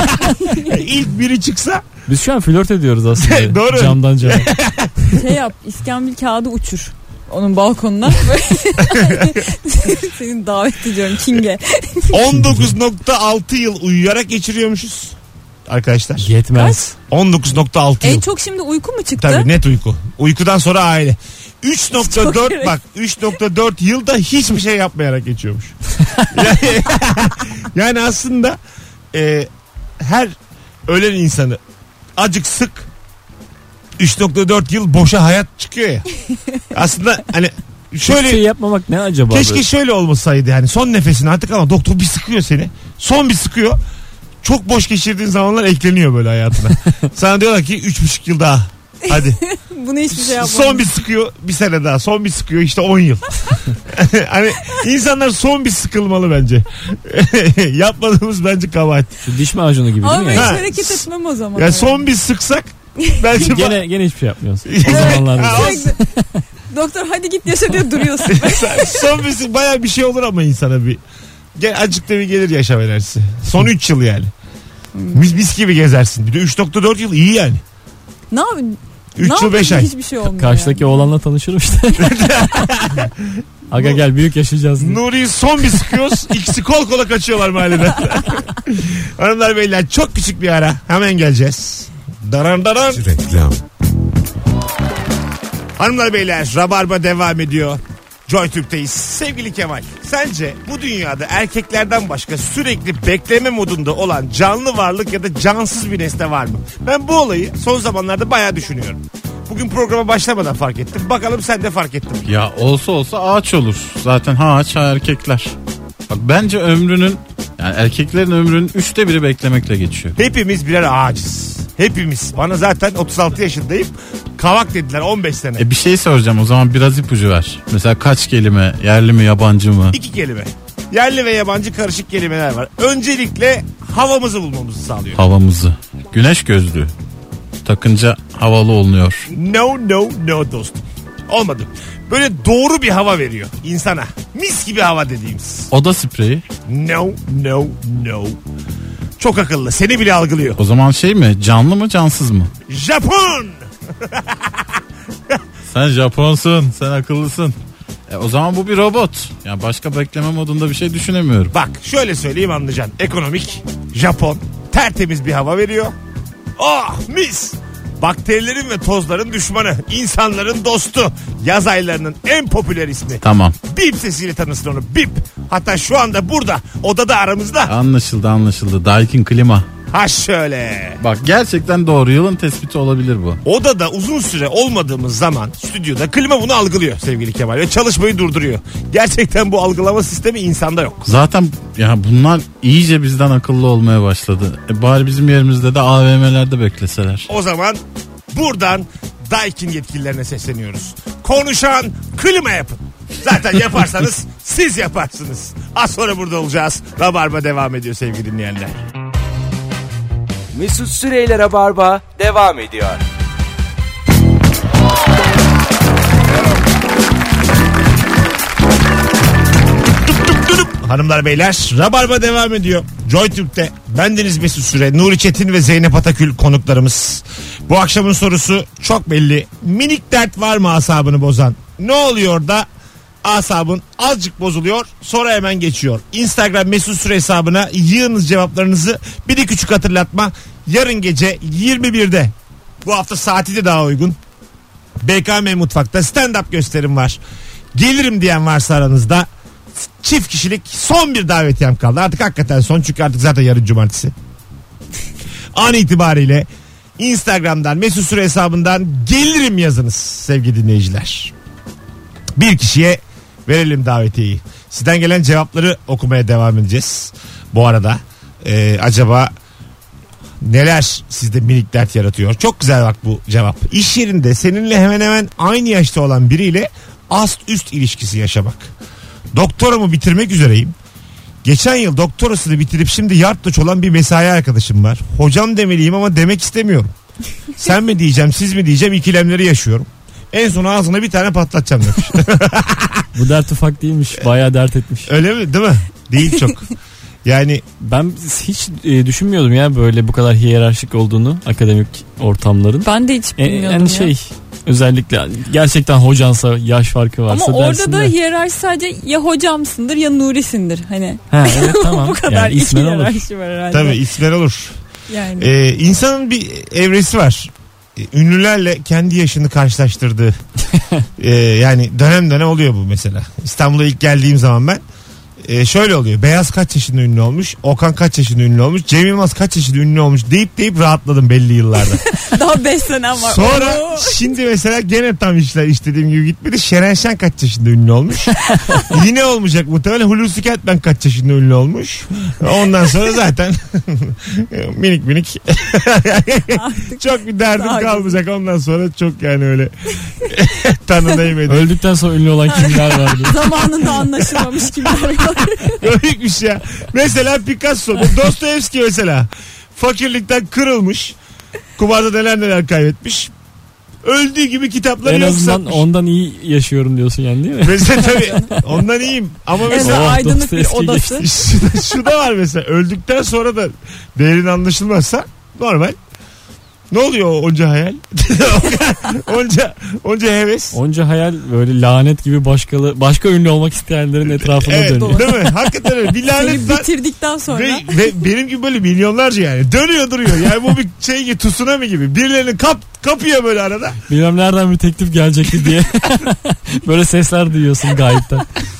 Yani ilk biri çıksa Biz şu an flört ediyoruz aslında. Doğru. Camdan cama. Şey yap, iskambil kağıdı uçur. Onun balkonuna. Senin davet ediyorum King'e. on dokuz nokta altı yıl uyuyarak geçiriyormuşuz. Arkadaşlar. Yetmez. on dokuz nokta altı yıl. En çok şimdi uyku mu çıktı? Tabii net uyku. Uykudan sonra aile. üç nokta Çok dört gerek. bak üç nokta dört yılda hiçbir şey yapmayarak geçiyormuş. yani, yani aslında e, her ölen insanı acık sık üç nokta dört yıl boşa hayat çıkıyor ya. Aslında hani Şöyle şöyle şey yapmamak ne acaba? keşke böyle? şöyle olmasaydı yani son nefesini artık ama doktor bir sıkıyor seni. Son bir sıkıyor. Çok boş geçirdiğin zamanlar ekleniyor böyle hayatına. Sana diyorlar ki üç buçuk yıl daha. Hadi. Bunu hiçbir şey yapmadım. Son bir sıkıyor bir sene daha. Son bir sıkıyor işte on yıl. Hani insanlar son bir sıkılmalı bence. Yapmadığımız bence kabahat. Şu diş macunu gibi Ama değil ben mi? hiç Ha. hareket etmem o zaman. Ya son bir sıksak bence Gene, gene hiçbir şey yapmıyorsun. O Evet. zamanlarda. Ha, Sürekli, doktor hadi git yaşa diye duruyorsun. son bir baya bir şey olur ama insana bir. Gel azıcık da bir gelir yaşam enerjisi. Son üç yıl yani. Mis, mis gibi gezersin. Bir de üç nokta dört yıl iyi yani. ne yapayım? üç ne yıl beş yapayım? ay. Hiçbir şey olmuyor. Karşıdaki yani. oğlanla tanışırım işte. Aga gel büyük yaşayacağız diye. Nuri'yi son bir sıkıyoruz. İkisi kol kola kaçıyorlar mahalleden. Hanımlar beyler çok küçük bir ara. Hemen geleceğiz. Daran daran. Reklam. Hanımlar beyler Rabarba devam ediyor. Joy Türk'teyiz. Sevgili Kemal, sence bu dünyada erkeklerden başka sürekli bekleme modunda olan canlı varlık ya da cansız bir nesne var mı? Ben bu olayı son zamanlarda bayağı düşünüyorum. Bugün programa başlamadan fark ettim. Bakalım sen de fark ettin mi? Ya olsa olsa ağaç olur. Zaten ha ağaç ha erkekler. Bak bence ömrünün yani erkeklerin ömrünün üçte biri beklemekle geçiyor. Hepimiz birer ağacız. Hepimiz. Bana zaten otuz altı yaşındayım. Kavak dediler on beş sene. E bir şey soracağım o zaman biraz ipucu ver. Mesela kaç kelime, yerli mi yabancı mı? İki kelime. Yerli ve yabancı karışık kelimeler var. Öncelikle havamızı bulmamızı sağlıyor. Havamızı. Güneş gözlüğü. Takınca havalı olunuyor. No no no dostum. Olmadı. Böyle doğru bir hava veriyor insana. Mis gibi hava dediğimiz. Oda spreyi. No no no. Çok akıllı. Seni bile algılıyor. O zaman şey mi? Canlı mı cansız mı? Japon. Sen Japonsun. Sen akıllısın. E, o zaman bu bir robot. Yani başka bekleme modunda bir şey düşünemiyorum. Bak şöyle söyleyeyim anlayacaksın. Ekonomik, Japon, tertemiz bir hava veriyor. Oh mis. Bakterilerin ve tozların düşmanı, insanların dostu. Yaz aylarının en popüler ismi. Tamam. Bip sesiyle tanısın onu. Bip. Hatta şu anda burada, odada aramızda. Anlaşıldı anlaşıldı. Daikin klima. Ha şöyle. Bak gerçekten doğru, yılın tespiti olabilir bu. Odada uzun süre olmadığımız zaman stüdyoda klima bunu algılıyor sevgili Kemal ve çalışmayı durduruyor. Gerçekten bu algılama sistemi insanda yok. Zaten ya bunlar iyice bizden akıllı olmaya başladı. E bari bizim yerimizde de A V M'lerde bekleseler. O zaman buradan Daikin yetkililerine sesleniyoruz. Konuşan klima yapın. Zaten yaparsanız siz yaparsınız. Az sonra burada olacağız. Rabarba devam ediyor sevgili dinleyenler. Mesut Süreyler'e barba devam ediyor. Hanımlar beyler Rabarba devam ediyor. JoyTürk'te bendeniz Mesut Süre, Nuri Çetin ve Zeynep Atakül konuklarımız. Bu akşamın sorusu çok belli. Minik dert var mı asabını bozan? Ne oluyor da asabın azıcık bozuluyor sonra hemen geçiyor. Instagram Mesut Süre hesabına yığınız cevaplarınızı. Bir de küçük hatırlatma. Yarın gece yirmi birde, bu hafta saati de daha uygun, B K M Mutfak'ta stand-up gösterim var. Gelirim diyen varsa aranızda, çift kişilik son bir davetiyem kaldı. Artık hakikaten son, çünkü artık zaten yarın cumartesi. An itibariyle Instagram'dan Mesut Süre hesabından gelirim yazınız sevgili dinleyiciler. Bir kişiye verelim davetiyeyi. Sizden gelen cevapları okumaya devam edeceğiz. Bu arada e, acaba neler sizde minik dert yaratıyor? Çok güzel bak bu cevap. İş yerinde seninle hemen hemen aynı yaşta olan biriyle ast üst ilişkisi yaşamak. Doktoramı bitirmek üzereyim. Geçen yıl doktorasını bitirip şimdi yardımcı olan bir mesai arkadaşım var. Hocam demeliyim ama demek istemiyorum. Sen mi diyeceğim, siz mi diyeceğim, ikilemleri yaşıyorum. En son ağzına bir tane patlatacağım demiş. Bu dert ufak değilmiş. Bayağı dert etmiş. Öyle mi? Değil mi? Değil çok. Yani ben hiç e, düşünmüyordum ya böyle bu kadar hiyerarşik olduğunu akademik ortamların. Ben de hiç E, bilmiyordum yani ya. şey özellikle gerçekten hocansa, yaş farkı varsa ama orada dersin da de. hiyerarşi sadece ya hocamsındır ya Nuri'sindir. Hani Ha, evet, tamam. bu kadar Yani iki ismen olur. hiyerarşi var herhalde. tabii ismen olur. Yani. Ee, insanın bir evresi var. Ee, Ünlülerle kendi yaşını karşılaştırdığı. ee, yani dönem dönem oluyor bu mesela. İstanbul'a ilk geldiğim zaman ben e, şöyle oluyor. Beyaz kaç yaşında ünlü olmuş, Okan kaç yaşında ünlü olmuş, Cem Yılmaz kaç yaşında ünlü olmuş deyip deyip rahatladım belli yıllarda. Daha beş senem var. Sonra Oo. şimdi mesela gene tam işler istediğim gibi gitmedi. Şener Şen kaç yaşında ünlü olmuş. Yine olmayacak muhtemelen. Hulusi Kentmen kaç yaşında ünlü olmuş. Ondan sonra zaten minik minik çok bir derdim kalmayacak. Ondan sonra çok yani öyle tanınayım edeyim. Öldükten sonra ünlü olan kimler vardı? Zamanında anlaşılmamış kimler var. Komikmiş ya. Mesela Picasso, Dostoyevski mesela. Fakirlikten kırılmış. Kumarda neler neler kaybetmiş. Öldüğü gibi kitapları En yok azından satmış. ondan iyi yaşıyorum diyorsun yani değil mi? Mesela tabii ondan iyiyim. Ama mesela Mesela Oh, aydınlık bir Dostoyevski odası. geçti. şu, şu da var mesela. Öldükten sonra da değerin anlaşılmazsa normal. Ne oluyor o onca hayal? onca onca heves. Onca hayal böyle lanet gibi başkalı, başka ünlü olmak isteyenlerin etrafında Evet, dönüyor. değil mi? Hakikaten öyle. Bir lanet Seni var. bitirdikten sonra. Ve, ve benim gibi böyle milyonlarca yani. Dönüyor duruyor. Yani bu bir şey gibi, tsunami gibi. Birilerini kap, kapıyor böyle arada. Bilmem nereden bir teklif gelecekti diye. Böyle sesler duyuyorsun gayipten.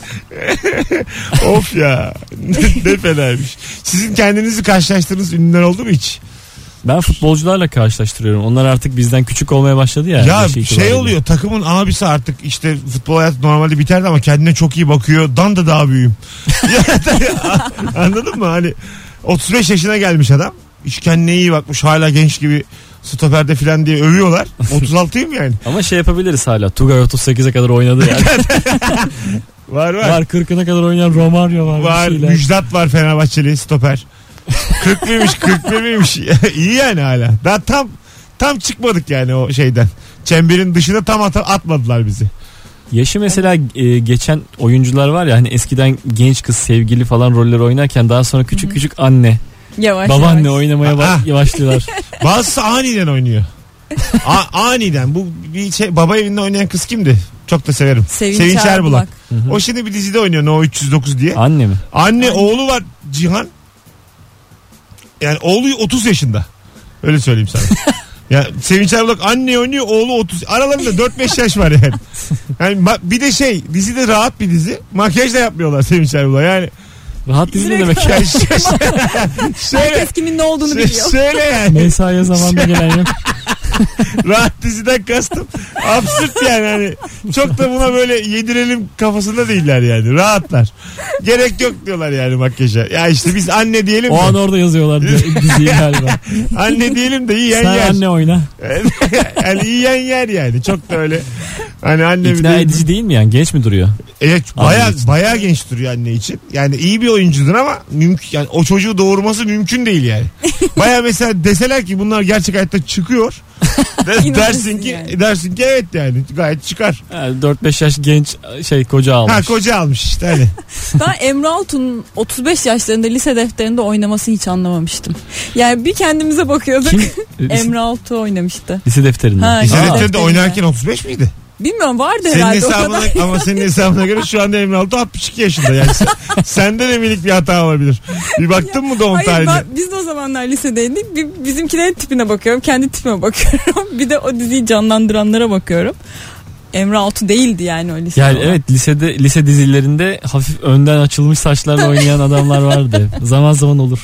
Of ya. Ne fenaymış. Sizin kendinizi karşılaştırdığınız ünlüler oldu mu hiç? Ben futbolcularla karşılaştırıyorum. Onlar artık bizden küçük olmaya başladı ya. Ya yaşı şey itibariyle. oluyor, takımın abisi artık işte futbol hayatı normalde biterdi ama kendine çok iyi bakıyor. Dan da daha büyüğüm. Anladın mı? Hani otuz beş yaşına gelmiş adam. Hiç kendine iyi bakmış, hala genç gibi stoperde falan diye övüyorlar. otuz altıyım yani. Ama şey yapabiliriz hala. Tugay otuz sekize kadar oynadı yani. Var var. Var kırkına kadar oynayan Romario var. Var. Bir şeyler. Müjdat var, Fenerbahçeli stoper. kırk miymiş kırk bir miymiş. İyi yani hala. Daha tam tam çıkmadık yani o şeyden. Çemberin dışına tam at- atmadılar bizi. Yaşı mesela e, geçen oyuncular var ya hani eskiden genç kız sevgili falan roller oynarken daha sonra küçük Hı-hı. küçük anne, Yavaş babaanne yavaş. oynamaya Aha. ba- başlıyorlar. Bazısı aniden oynuyor. A- aniden. Bu bir şey, baba evinde oynayan kız kimdi? Çok da severim. Sevinç, Sevinç Erbulak. Erbulak. Hı hı. O şimdi bir dizide oynuyor No üç yüz dokuz diye. Anne mi? Anne oğlu var Cihan. Yani oğlu otuz yaşında. Öyle söyleyeyim sana. Ya Sevinç Erbulak anne oynuyor, oğlu otuz. Aralarında dört beş yaş var yani. Yani ma- bir de şey, dizi de rahat bir dizi. Makyaj da yapmıyorlar Sevinç Erbulak. Yani Rahat dizi ne demek ya? yani ş- şöyle Herkes kimin ne olduğunu ş- biliyor. şöyle yani. Mesaiye zamanında gelen yok. Rahat diziden kastım. Absürt yani hani. Çok da buna böyle yedirelim kafasında değiller yani. Rahatlar. Gerek yok diyorlar yani makyaja. Ya işte biz anne diyelim O an de. orada yazıyorlar di- diziyi galiba. Anne diyelim de yiyen Sen yer. anne oyna. Yani yiyen yer yani. Çok da öyle. Hani anne mi İkna değil. edici değil mi yani? Genç mi duruyor? Evet baya, Anne için. baya genç duruyor anne için. Yani iyi bir oyuncudur ama mümkün, yani o çocuğu doğurması mümkün değil yani. Baya mesela deseler ki bunlar gerçek hayatta çıkıyor. de- İnanırsın dersin ki yani. dersin ki evet yani gayet çıkar. Yani dört beş yaş genç şey koca almış. Ha koca almış işte hani. Ben Emre Altun'un otuz beş yaşlarında lise defterinde oynamasını hiç anlamamıştım. Yani bir kendimize bakıyorduk. Kim? Lise, Emre Altuğ oynamıştı. lise defterinde. Ha, Lise Aa. defterinde defterinde. oynarken otuz beş miydi? Bilmiyorum vardı Senin herhalde o hesabına, kadar. ama senin hesabına göre şu anda Emre Altuğ altmış iki yaşında yani. Sen, sende de minik bir hata olabilir. Bir baktın mı doğum Hayır tarihine? ben, biz de o zamanlar lisedeydik. Bir, bizimkilerin tipine bakıyorum. Kendi tipime bakıyorum. Bir de o diziyi canlandıranlara bakıyorum. Emre Altuğ değildi yani o lisede. Yani olan. evet lisede lise dizilerinde hafif önden açılmış saçlarla oynayan adamlar vardı. Zaman zaman olur.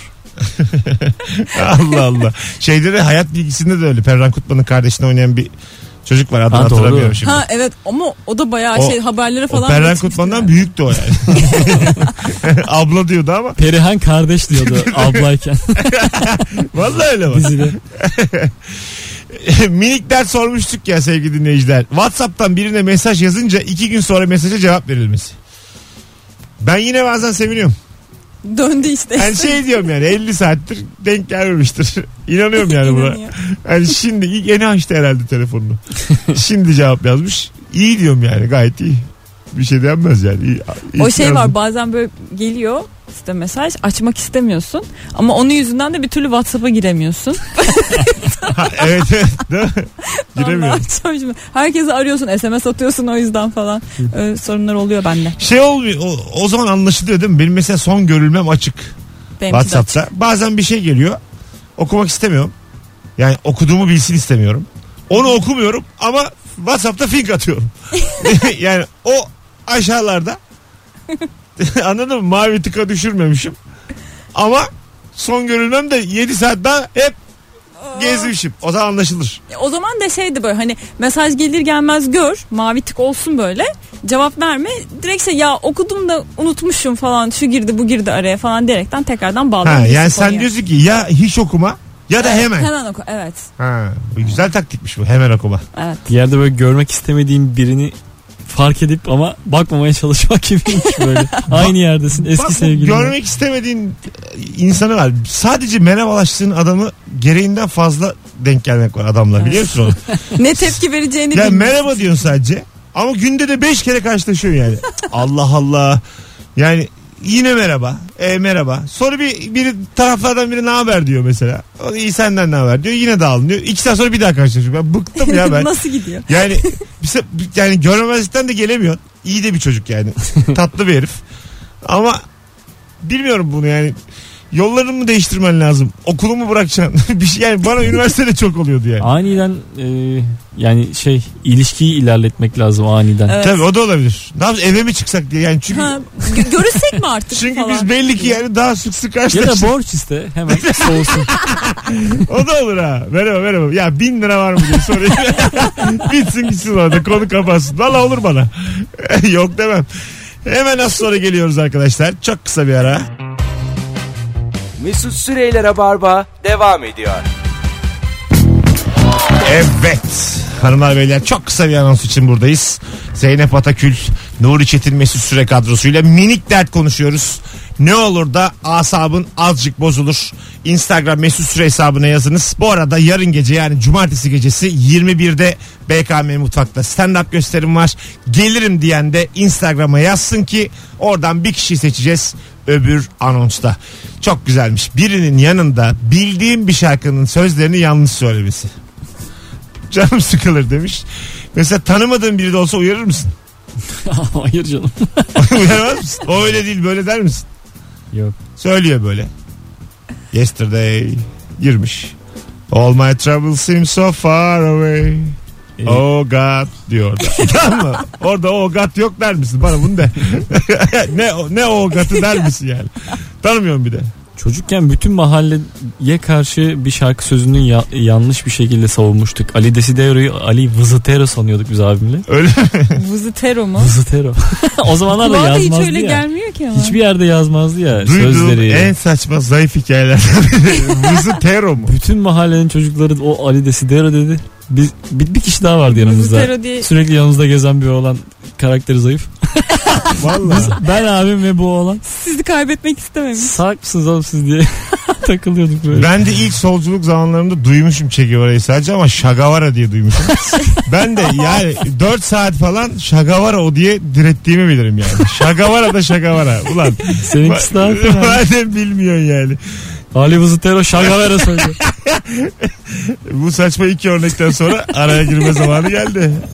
Allah Allah. Şeyde de hayat bilgisinde de öyle. Perran Kutman'ın kardeşini oynayan bir çocuk var. Adını Ha, doğru. hatırlamıyorum şimdi. Ha evet ama o da bayağı O- şey haberlere O falan. Perran da çıkmıştı Kutman'dan yani. büyüktü o yani. Abla diyordu ama. Perihan kardeş diyordu ablayken Vallahi öyle var. dizide. Minik dert sormuştuk ya sevgili dinleyiciler. WhatsApp'tan birine mesaj yazınca iki gün sonra mesaja cevap verilmesi. Ben yine bazen seviniyorum. Döndü işte. Yani şey diyorum yani elli saattir denk gelmemiştir. İnanıyorum yani buna. İnanıyor. Yani şimdi yeni açtı herhalde telefonunu. Şimdi cevap yazmış. İyi diyorum yani gayet iyi. Bir şey denmez yani. İyi, iyi O şey yazdım. var bazen böyle geliyor işte mesaj açmak istemiyorsun ama onun yüzünden de bir türlü WhatsApp'a giremiyorsun. Ha, evet evet değil mi? Allah Giremiyorum. açacağım şimdi. Herkese arıyorsun S M S atıyorsun o yüzden falan. Öyle sorunlar oluyor bende. Şey olmuyor o, o zaman anlaşılıyor değil mi? Benim mesela son görülmem açık Benimki de açık. WhatsApp'ta. Bazen bir şey geliyor. Okumak istemiyorum. Yani okuduğumu bilsin istemiyorum. Onu okumuyorum ama WhatsApp'ta fink atıyorum. Yani o aşağılarda anladın mı? Mavi tıka düşürmemişim. Ama son görülmem de yedi saat daha hep gezmişim. O zaman anlaşılır. O zaman da şeydi böyle hani mesaj gelir gelmez gör mavi tık olsun böyle cevap verme direkt şey ya okudum da unutmuşum falan şu girdi bu girdi araya falan diyerekten tekrardan Ha, bağlanıyorsun. yani sen konuya. diyorsun ki ya hiç okuma ya da hemen. Hemen oku evet Ha, bu güzel taktikmiş bu. Hemen okuma. evet. Bir yerde böyle görmek istemediğin birini fark edip ama bakmamaya çalışmak gibiymiş böyle. Aynı yerdesin eski Bak, sevgilin. görmek istemediğin insanı var. Sadece merhabalaştığın adamı gereğinden fazla denk gelmek var adamlar. Biliyor musun onu? Ne tepki vereceğini Ya bilmiyorsun. merhaba diyorsun sadece. Ama günde de beş kere karşılaşıyorsun yani. Allah Allah. Yani yine merhaba. E, merhaba. Sonra bir biri taraflardan biri ne haber diyor mesela. O da iyi senden ne haber diyor. Yine dağılın diyor. İki saat sonra bir daha karşılaşıyor. Ben bıktım ya ben. Nasıl gidiyor? Yani bize, yani görmemezlikten de gelemiyorsun. İyi de bir çocuk yani. Tatlı bir herif. Ama bilmiyorum bunu yani. Yollarını mı değiştirmen lazım? Okulu mu bırakacaksın? bir şey yani bana üniversitede çok oluyordu yani. Aniden e, yani şey ilişkiyi ilerletmek lazım aniden. Evet. Tabii o da olabilir. Ne yapacağız? Eve mi çıksak diye yani çünkü Ha, gö- görüşsek mi artık çünkü falan. biz belli ki yani daha sık sık Ya da karşılaşıyoruz. borç iste hemen soğusun. O da olur ha. Merhaba merhaba. Ya bin lira var mı diye sorayım. Bitsin gitsin orada konu kapansın. Valla olur bana. Yok demem. Hemen az sonra geliyoruz arkadaşlar. Çok kısa bir ara. Mesut Süreyler'e barba devam ediyor. Evet. Hanımlar beyler çok kısa bir anons için buradayız. Zeynep Atakül, Nuri Çetin, Mesut Süre kadrosuyla minik dert konuşuyoruz. Ne olur da asabın azıcık bozulur. Instagram mesut süre hesabına yazınız. Bu arada yarın gece yani cumartesi gecesi yirmi birde B K M Mutfak'ta stand-up gösterim var. Gelirim diyen de Instagram'a yazsın ki oradan bir kişiyi seçeceğiz öbür anonsta. Çok güzelmiş. Birinin yanında bildiğim bir şarkının sözlerini yanlış söylemesi. Canım sıkılır demiş. Mesela tanımadığın biri de olsa uyarır mısın? Hayır canım. Uyarmaz mısın? O öyle değil böyle der misin? Yok. Söylüyor böyle. Yesterday girmiş. All my troubles seem so far away. Oh God diyor orada. Tamam mı? Orada oh God yok der misin? Bana bunu de. ne ne oh God'ı der misin yani? Tanımıyorum bir de. Çocukken bütün mahalleye karşı bir şarkı sözünü ya- yanlış bir şekilde savunmuştuk. Ali Desidero'yu Ali Vızıtero sanıyorduk biz abimle. Öyle mi? Vızıtero mu? Vızıtero. O zamanlar da Kulağa da hiç yazmazdı öyle ya. gelmiyor ki ama. Hiçbir yerde yazmazdı ya Duyduğum sözleri. en saçma zayıf hikayelerden biri. Vızı Tero mu? Bütün mahallenin çocukları o Ali Desidero dedi. Biz, bir, bir kişi daha vardı yanımızda. Vızıtero diye. Sürekli yanımızda gezen bir oğlan, karakteri zayıf. Vallahi. Ben abim ve bu oğlan. Sizi kaybetmek istememiş. Salak mısınız oğlum siz diye takılıyorduk böyle. Ben de ilk solculuk zamanlarımda duymuşum Che Guevara'yı sadece ama Şagavara diye duymuşum. Ben de yani dört saat falan Şagavara o diye direttiğimi bilirim yani. Şagavara da Şagavara. Ulan. Seninkisi daha fena. Madem bilmiyorsun yani. Ali Vızıtero Şagavara söylüyor. Bu saçma iki örnekten sonra araya girme zamanı geldi.